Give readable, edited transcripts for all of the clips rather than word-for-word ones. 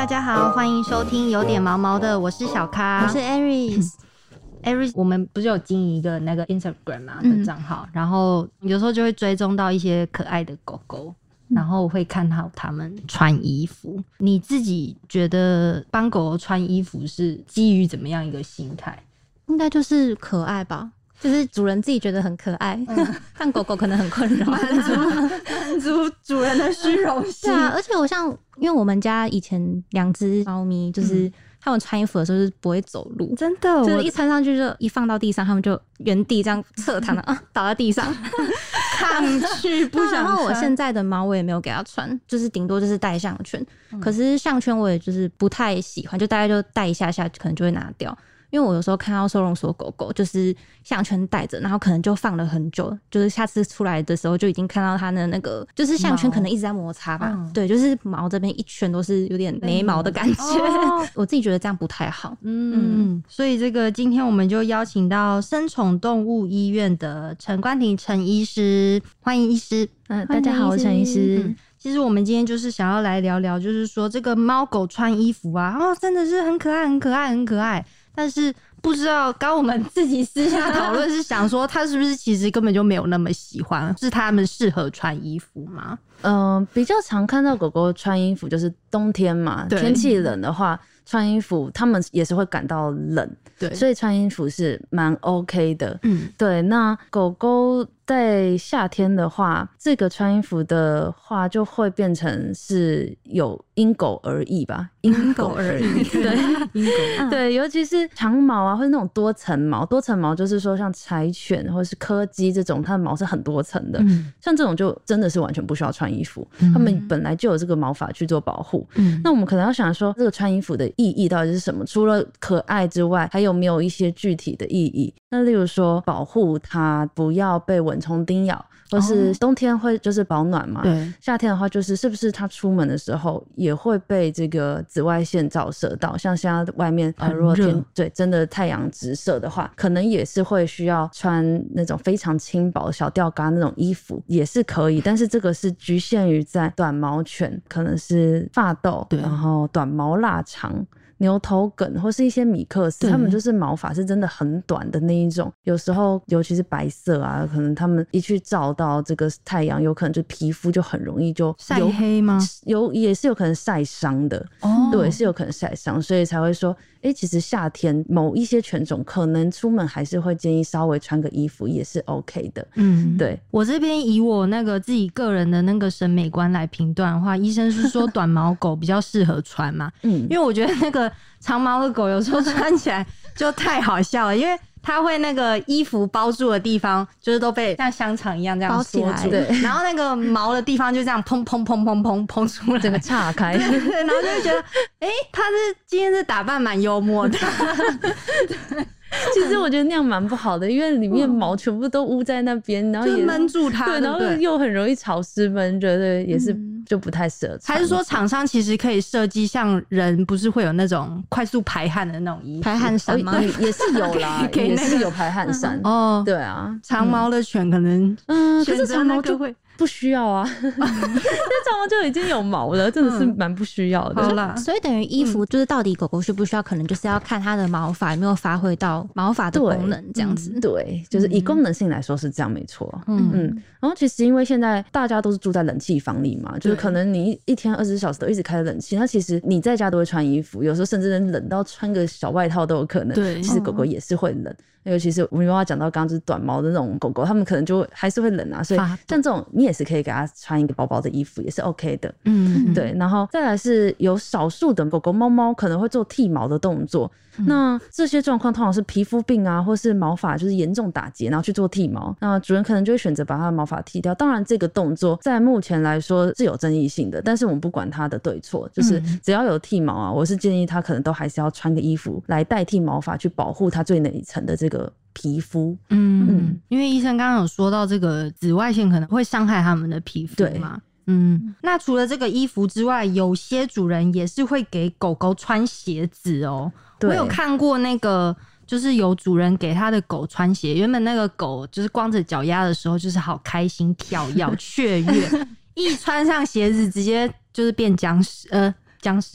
家好，欢迎收听有点毛毛的，我是小咖， 我是 Aries。Aries， 我们不是有经营一个那个 Instagram 嘛的账号，然后有时候就会追踪到一些可爱的狗狗，然后我会看到他们穿衣服。你自己觉得帮狗狗穿衣服是基于怎么样一个心态？ 应该就是可爱吧，就是主人自己觉得很可爱，但狗狗可能很困扰， 满足主人的虚荣心。 对啊，而且因为我们家以前2只猫咪，就是他们穿衣服的时候是不会走路， 真的， 就是一穿上去就一放到地上，他们就原地这样侧躺的倒在地上， 抗拒不想穿。 然后我现在的猫我也没有给它穿，就是顶多就是戴项圈，可是项圈我也就是不太喜欢，就大概就戴一下下，可能就会拿掉。因为我有时候看到收容所狗狗就是项圈戴着，然后可能就放了很久，就是下次出来的时候就已经看到它的那个就是项圈可能一直在摩擦吧，对，就是毛这边一圈都是有点没毛的感觉，我自己觉得这样不太好。 所以这个今天我们就邀请到生宠动物医院的陈冠廷陈医师，欢迎医师。 大家好，我是陈医师。 其实我们今天就是想要来聊聊，就是说这个猫狗穿衣服啊，真的是很可爱很可爱很可爱，但是不知道刚我们自己私下讨论是想说他是不是其实根本就没有那么喜欢，是他们适合穿衣服吗？ 比较常看到狗狗穿衣服就是冬天嘛，天气冷的话穿衣服他们也是会感到冷，对，所以穿衣服是蛮 OK 的。对，那狗狗在夏天的话，这个穿衣服的话就会变成是有因狗而异吧，因狗而异。对，对，尤其是长毛啊，或者那种多层毛，多层毛就是说像柴犬或是柯基这种，它的毛是很多层的，像这种就真的是完全不需要穿衣服，它们本来就有这个毛发去做保护。那我们可能要想说，这个穿衣服的意义到底是什么？除了可爱之外，还有没有一些具体的意义？那例如说，保护它不要被蚊虫叮咬，或是冬天会就是保暖嘛，对，夏天的话就是是不是它出门的时候也会被这个紫外线照射到？像现在外面如果对真的太阳直射的话，可能也是会需要穿那种非常轻薄小吊嘎那种衣服也是可以，但是这个是局限于在短毛犬，可能是法斗，然后短毛腊肠。牛头梗或是一些米克斯，他们就是毛发是真的很短的那一种，有时候尤其是白色啊，可能他们一去照到这个太阳，有可能就皮肤就很容易就晒黑吗？ 也是有可能晒伤的，对，是有可能晒伤，所以才会说其实夏天某一些犬种可能出门还是会建议稍微穿个衣服也是 OK 的。对， 我这边以我那个自己个人的那个审美观来评断的话，医生是说短毛狗比较适合穿嘛，因为我觉得那个长毛的狗有时候穿起来就太好笑了，因为它会那个衣服包住的地方就是都被像香肠一样这样缩住，然后那个毛的地方就这样砰砰砰砰砰砰出来， 整个岔开， 对，然后就会觉得它今天是打扮蛮幽默的。 其实我觉得那样蛮不好的，因为里面毛全部都捂在那边，然后也闷住它， 对，然后又很容易潮湿闷热，对，也是就不太适合穿。 还是说厂商其实可以设计像人不是会有那种快速排汗的那种衣服， 排汗衫吗？ 也是有啦，也是有排汗衫。对啊， 长毛的犬可能可是长毛就会不需要啊，这长毛就已经有毛了，真的是蛮不需要的。 好啦， 所以等于衣服就是到底狗狗需不需要，可能就是要看它的毛发有没有发挥到毛发的功能这样子。 对，就是以功能性来说是这样没错。然后其实因为现在大家都是住在冷气房里嘛，就是可能你一天24小时都一直开着冷气，那其实你在家都会穿衣服，有时候甚至冷到穿个小外套都有可能。对，其实狗狗也是会冷。尤其是我们又要讲到刚刚就是短毛的那种狗狗，他们可能就还是会冷啊，所以像这种你也是可以给它穿一个薄薄的衣服，也是 OK 的。对，然后再来是有少数的狗狗猫猫可能会做剃毛的动作，那这些状况通常是皮肤病啊，或是毛发就是严重打结，然后去做剃毛，那主人可能就会选择把它的毛发剃掉。当然这个动作在目前来说是有争议性的，但是我们不管它的对错，就是只要有剃毛啊，我是建议它可能都还是要穿个衣服来代替毛发，去保护它最内层的这个皮肤。 因为医生刚刚有说到这个紫外线可能会伤害他们的皮肤嘛。那除了这个衣服之外，有些主人也是会给狗狗穿鞋子哦。我有看过那个就是有主人给他的狗穿鞋，原本那个狗就是光着脚丫的时候就是好开心跳跃雀跃，一穿上鞋子直接就是变僵尸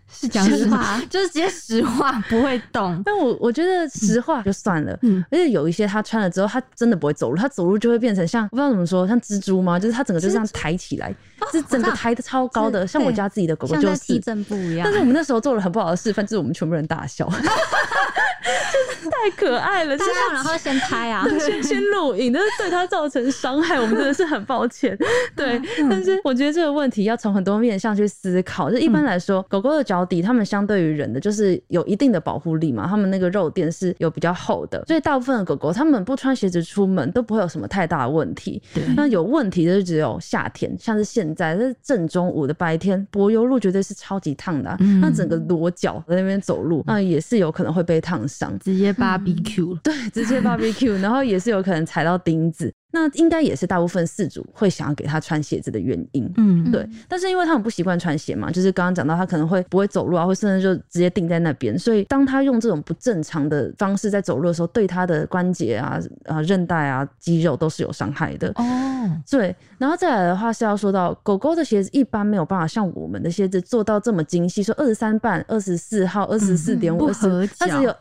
是讲实话，就是直接实话不会动。 但我觉得实话就算了，而且有一些他穿了之后，他真的不会走路，他走路就会变成像我不知道怎么说，像蜘蛛吗？就是他整个就这样抬起来，是整个抬的超高的，像我家自己的狗狗就是像在地震步一样。 但是我们那时候做了很不好的示范，就是我们全部人大笑。就是太可爱了，就是然后先拍啊， 先录影，但是对它造成伤害，我们真的是很抱歉。对，但是我觉得这个问题要从很多面向去思考。就一般来说，狗狗的脚底，它们相对于人的就是有一定的保护力嘛，它们那个肉垫是有比较厚的，所以大部分的狗狗它们不穿鞋子出门都不会有什么太大的问题。那有问题的就只有夏天，像是现在是正中午的白天，柏油路绝对是超级烫的那整个裸脚在那边走路，那也是有可能会被烫伤， 直接 BBQ 对，直接 BBQ 然后也是有可能踩到钉子，那应该也是大部分饲主会想要给他穿鞋子的原因。对。但是因为他们不习惯穿鞋嘛，就是刚刚讲到他可能会不会走路啊，或甚至就直接定在那边，所以当他用这种不正常的方式在走路的时候，对他的关节啊、韧带啊、肌肉都是有伤害的。对。然后再来的话是要说到狗狗的鞋子一般没有办法像我们的鞋子做到这么精细，说23半、24号、24.5，它只有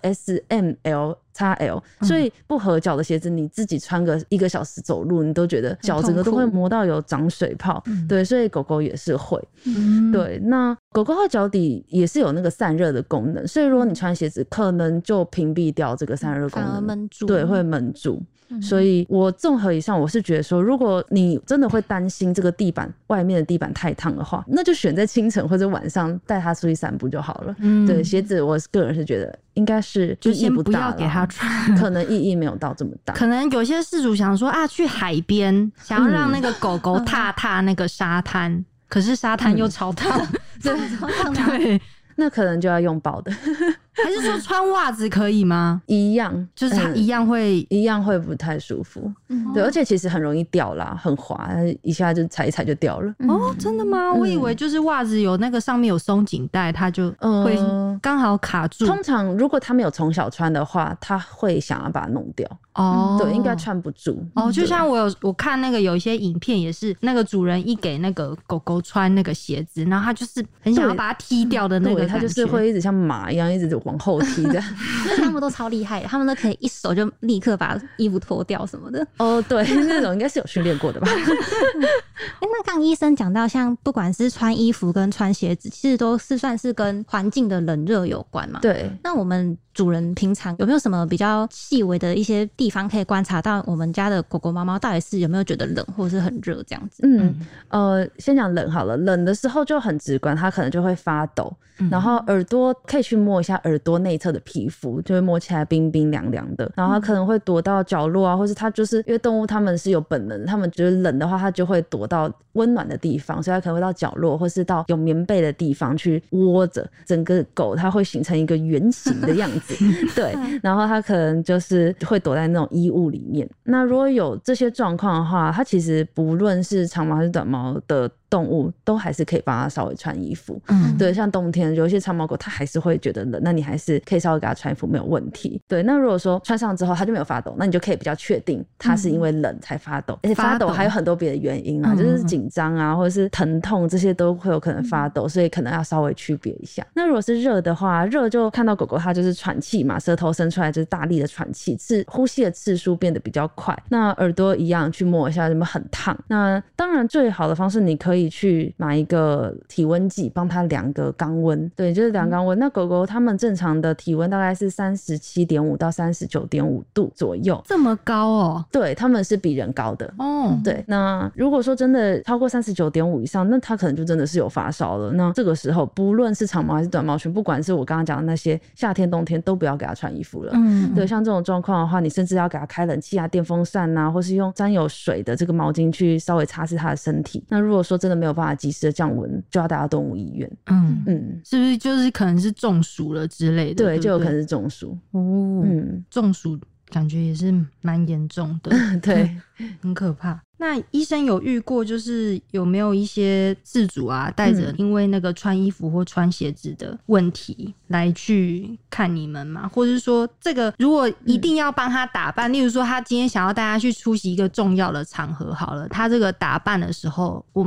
S、M、L。XL， 所以不合脚的鞋子你自己穿个1个小时走路你都觉得脚整个都会磨到有长水泡。对，所以狗狗也是会。对，那狗狗的脚底也是有那个散热的功能，所以如果你穿鞋子可能就屏蔽掉这个散热功能， 反而闷住。 对，会闷住。所以我综合以上，我是觉得说，如果你真的会担心这个地板外面的地板太烫的话，那就选在清晨或者晚上带它出去散步就好了。对，鞋子我个人是觉得应该是就先不不要给它穿， 可能意义没有到这么大。 可能有些饲主想说啊，去海边想要让那个狗狗踏那个沙滩，可是沙滩又超烫，对， 那可能就要用薄的。 还是说穿袜子可以吗？ 一样， 就是它一样会不太舒服。对，而且其实很容易掉啦，很滑，一下就踩一踩就掉了。 真的吗？我以为就是袜子有那个上面有松紧带，它就会刚好卡住。 通常如果它没有从小穿的话，它会想要把它弄掉。对，应该穿不住。 就像我看那个有一些影片，也是那个主人一给那个狗狗穿那个鞋子，然后它就是很想要把它踢掉的那个感觉， 它就是会一直像马一样一直往后踢的。 他们都超厉害的，他们都可以一手就立刻把衣服脱掉什么的。 对，那种应该是有训练过的吧。 那刚医生讲到，像不管是穿衣服跟穿鞋子，其实都是算是跟环境的冷热有关嘛。 对。 那我们主人平常有没有什么比较细微的一些地方可以观察到我们家的狗狗猫猫到底是有没有觉得冷或者是很热这样子？ 先讲冷好了。冷的时候就很直观，它可能就会发抖，然后耳朵可以去摸一下耳朵内侧的皮肤，就会摸起来冰冰凉凉的。然后它可能会躲到角落啊，或是它就是因为动物它们是有本能，它们觉得冷的话，它就会躲到温暖的地方，所以它可能会到角落或是到有棉被的地方去窝着。整个狗它会形成一个圆形的样子。对，然后它可能就是会躲在那种衣物里面。那如果有这些状况的话，它其实不论是长毛还是短毛的动物都还是可以帮它稍微穿衣服。对，像冬天有一些长毛狗它还是会觉得冷，那你还是可以稍微给它穿衣服没有问题。对，那如果说穿上之后它就没有发抖，那你就可以比较确定它是因为冷才发抖。而且发抖还有很多别的原因啊，就是紧张啊或者是疼痛，这些都会有可能发抖，所以可能要稍微区别一下。那如果是热的话，热就看到狗狗它就是喘气嘛，舌头伸出来就是大力的喘气，呼吸的次数变得比较快。那耳朵一样去摸一下有没有很烫。那当然最好的方式你可以去买一个体温计帮它量个肛温。对，就是量肛温。那狗狗它们正常的体温大概是37.5到39.5度左右。 这么高哦？ 对，它们是比人高的。对，那如果说真的超过39.5以上，那它可能就真的是有发烧了。那这个时候不论是长毛还是短毛犬，不管是我刚刚讲的那些夏天冬天都不要给它穿衣服了。对，像这种状况的话，你甚至要给它开冷气啊、电风扇啊，或是用沾有水的这个毛巾去稍微擦拭它的身体。那如果说真的没有办法及时的降温，就要带到动物医院。 是不是就是可能是中暑了之类的？ 对，就有可能是中暑。 中暑感觉也是蛮严重的。 对， 很可怕。那医生有遇过就是有没有一些饲主啊带着因为那个穿衣服或穿鞋子的问题来去看你们吗？或者是说这个如果一定要帮他打扮，例如说他今天想要带他去出席一个重要的场合好了，他这个打扮的时候我们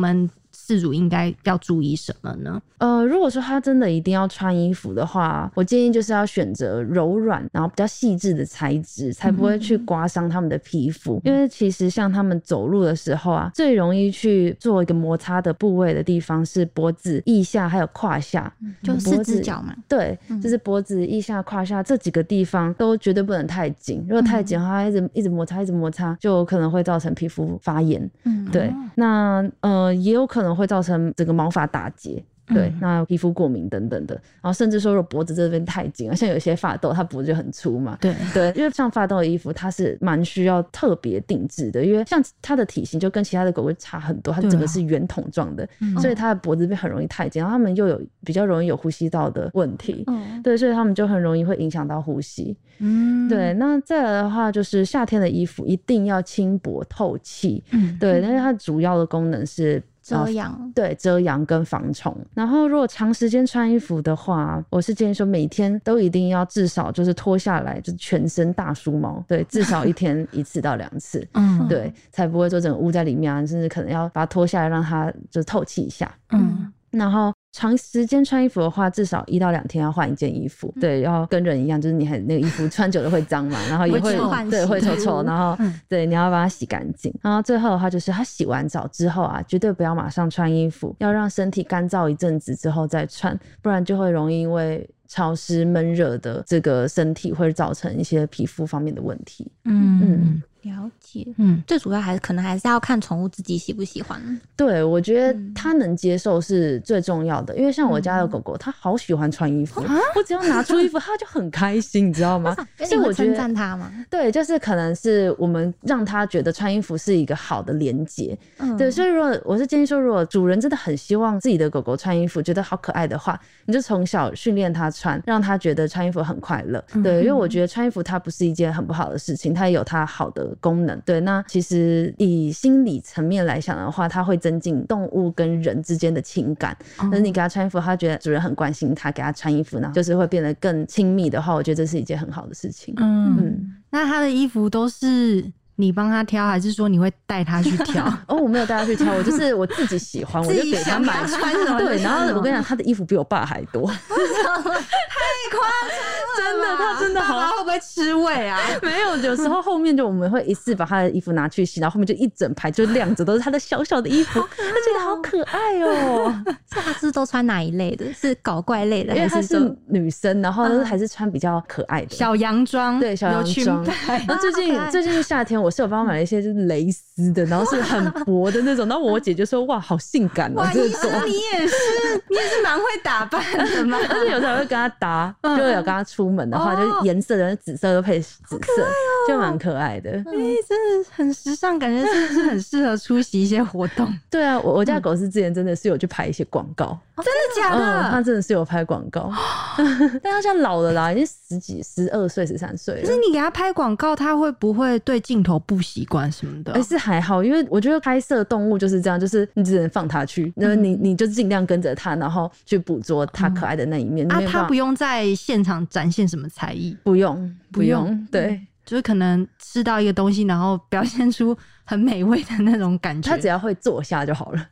饲主应该要注意什么呢？ 如果说他真的一定要穿衣服的话，我建议就是要选择柔软然后比较细致的材质，才不会去刮伤他们的皮肤。因为其实像他们走路的时候啊，最容易去做一个摩擦的部位的地方是脖子、腋下还有胯下， 就四只脚嘛。 对，就是脖子、腋下、胯下这几个地方都绝对不能太紧。如果太紧的话，一直摩擦，一直摩擦，就可能会造成皮肤发炎。对，那也有可能会造成整个毛发打结。对，那皮肤过敏等等的，然后甚至说如果脖子这边太紧了，像有些发豆它脖子就很粗嘛，对，因为像发豆的衣服它是蛮需要特别定制的，因为像它的体型就跟其他的狗会差很多，它整个是圆筒状的，所以它的脖子边很容易太紧，然后它们又有比较容易有呼吸道的问题，对，所以它们就很容易会影响到呼吸。对，那再来的话就是夏天的衣服一定要轻薄透气，对，但是它主要的功能是遮阳， 对，遮阳跟防虫。然后如果长时间穿衣服的话，我是建议说每天都一定要至少就是脱下来，就是全身大梳毛，对，至少一天1次到2次，对，才不会说整个捂在里面啊，甚至可能要把它脱下来让它就透气一下。然后长时间穿衣服的话，至少1到2天要换一件衣服，对，要跟人一样，就是你那个衣服穿久了会脏嘛，然后也会对会臭，然后对你要把它洗干净。然后最后的话就是他洗完澡之后啊，绝对不要马上穿衣服，要让身体干燥一阵子之后再穿，不然就会容易因为潮湿闷热的这个身体会造成一些皮肤方面的问题。 了解。最主要可能还是要看宠物自己喜不喜欢。 对，我觉得他能接受是最重要的，因为像我家的狗狗，它好喜欢穿衣服，我只要拿出衣服，它就很开心，你知道吗？ 所以我称赞它吗？ 对，就是可能是我们让它觉得穿衣服是一个好的连结。对，所以如果我是建议说，如果主人真的很希望自己的狗狗穿衣服，觉得好可爱的话，你就从小训练它穿，让它觉得穿衣服很快乐。对，因为我觉得穿衣服它不是一件很不好的事情，它也有它好的功能。对，那其实以心理层面来想的话，它会增进动物跟人之间的情感。但是你给它穿衣服，它觉得主人很关心它，给它穿衣服呢，就是会变得更亲密的话，我觉得这是一件很好的事情。 那它的衣服都是你帮他挑，还是说你会带他去挑？ 我没有带他去挑，我就是我自己喜欢，我就给他买穿什么。 对，然后我跟你讲，他的衣服比我爸还多，太夸张了， 真的，他真的好， 爸爸会不会吃味啊？ 没有，有时候后面就我们会一次把他的衣服拿去洗，然后后面就一整排就晾着，都是他的小小的衣服，他觉得好可爱哦。 他是都穿哪一类的？是搞怪类的， 因为她是女生，然后还是穿比较可爱的小洋装， 对，小洋装。然后最近夏天，我是有帮他买了一些就是蕾丝的，然后是很薄的那种。然后我姐就说：“哇，好性感哦！”这种你也是蛮会打扮的嘛。 而且有时候会跟他搭，就有跟他出门的话，就是颜色的紫色都配紫色，就蛮可爱的。 真的很时尚，感觉真的是很适合出席一些活动。 对啊，我家狗是之前真的是有去拍一些广告。 真的假的？ 他真的是有拍广告，但他现在老了啦，已经12岁、13岁了。 可是你给他拍广告，他会不会对镜头不习惯什么的？ 是还好，因为我觉得拍摄动物就是这样，就是你只能放他去，那你就尽量跟着他，然后去捕捉他可爱的那一面。 他不用在现场展现什么才艺？ 不用，对。 就是可能吃到一个东西，然后表现出很美味的那种感觉。 他只要会坐下就好了。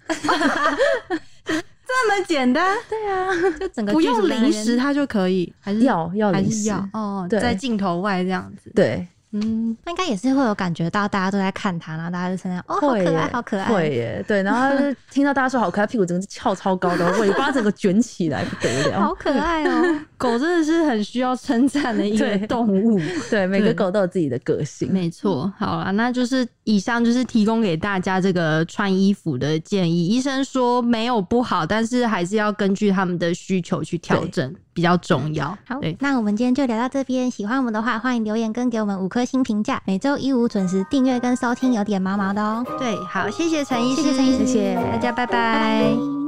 这么简单？对啊，就整个不用零食，它就可以，还是要零食哦？在镜头外这样子， 对。 那应该也是会有感觉到大家都在看他，然后大家就称赞好可爱，好可爱， 会耶，对，然后就听到大家说好可爱，屁股整个翘超高的，尾巴整个卷起来，不得了， 好可爱哦。 狗真的是很需要称赞的一个动物， 对，每个狗都有自己的个性， 没错。好啦，那就是以上就是提供给大家这个穿衣服的建议。医生说没有不好，但是还是要根据他们的需求去调整，比较重要。 好，那我们今天就聊到这边。喜欢我们的话，欢迎留言跟给我们5颗星评价。每周1、5准时订阅跟收听有点毛毛的哦。 对，好，谢谢陈医师， 谢谢陈医师， 谢谢大家，拜拜。